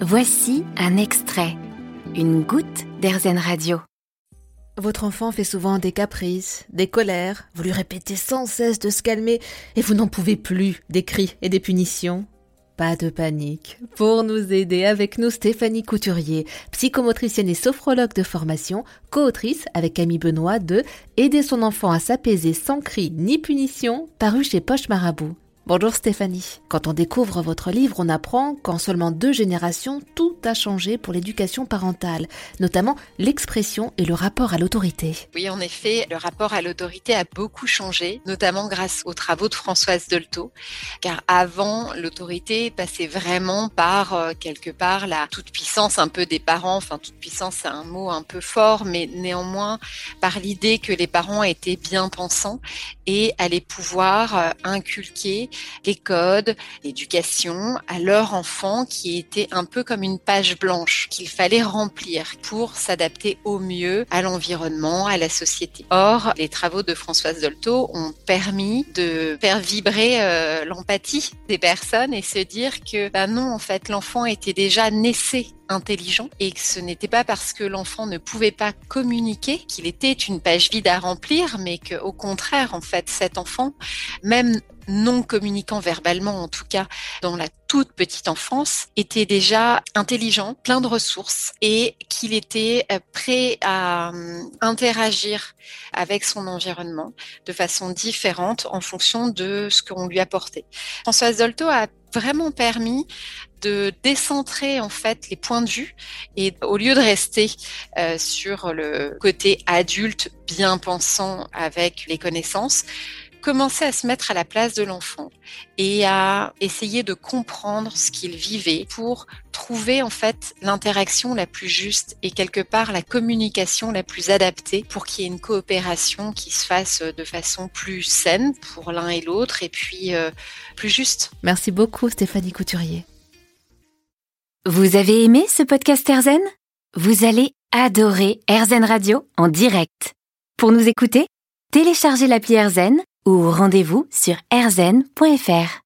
Voici un extrait, une goutte d'Airzen Radio. Votre enfant fait souvent des caprices, des colères, vous lui répétez sans cesse de se calmer et vous n'en pouvez plus des cris et des punitions. Pas de panique. Pour nous aider, avec nous Stéphanie Couturier, psychomotricienne et sophrologue de formation, co-autrice avec Camille Benoît de « Aider son enfant à s'apaiser sans cris ni punition » paru chez Poche Marabout. Bonjour Stéphanie. Quand on découvre votre livre, on apprend qu'en seulement 2 générations, tout a changé pour l'éducation parentale, notamment l'expression et le rapport à l'autorité. Oui, en effet, le rapport à l'autorité a beaucoup changé, notamment grâce aux travaux de Françoise Dolto, car avant, l'autorité passait vraiment par, quelque part, la toute-puissance un peu des parents. Enfin, toute-puissance, c'est un mot un peu fort, mais néanmoins, par l'idée que les parents étaient bien pensants et allaient pouvoir inculquer les codes, l'éducation à leur enfant qui était un peu comme une page blanche qu'il fallait remplir pour s'adapter au mieux à l'environnement, à la société. Or, les travaux de Françoise Dolto ont permis de faire vibrer l'empathie des personnes et se dire que non, en fait, l'enfant était déjà naissé intelligent et que ce n'était pas parce que l'enfant ne pouvait pas communiquer qu'il était une page vide à remplir, mais qu'au contraire, en fait, cet enfant, même non communiquant verbalement, en tout cas dans la toute petite enfance, était déjà intelligent, plein de ressources et qu'il était prêt à interagir avec son environnement de façon différente en fonction de ce qu'on lui apportait. Françoise Dolto a vraiment permis de décentrer en fait les points de vue et au lieu de rester sur le côté adulte bien pensant avec les connaissances, commencer à se mettre à la place de l'enfant et à essayer de comprendre ce qu'il vivait pour trouver en fait l'interaction la plus juste et quelque part la communication la plus adaptée pour qu'il y ait une coopération qui se fasse de façon plus saine pour l'un et l'autre et puis plus juste. Merci beaucoup Stéphanie Couturier. Vous avez aimé ce podcast Airzen ? Vous allez adorer Airzen Radio en direct. Pour nous écouter, téléchargez l'appli Airzen ou rendez-vous sur airzen.fr.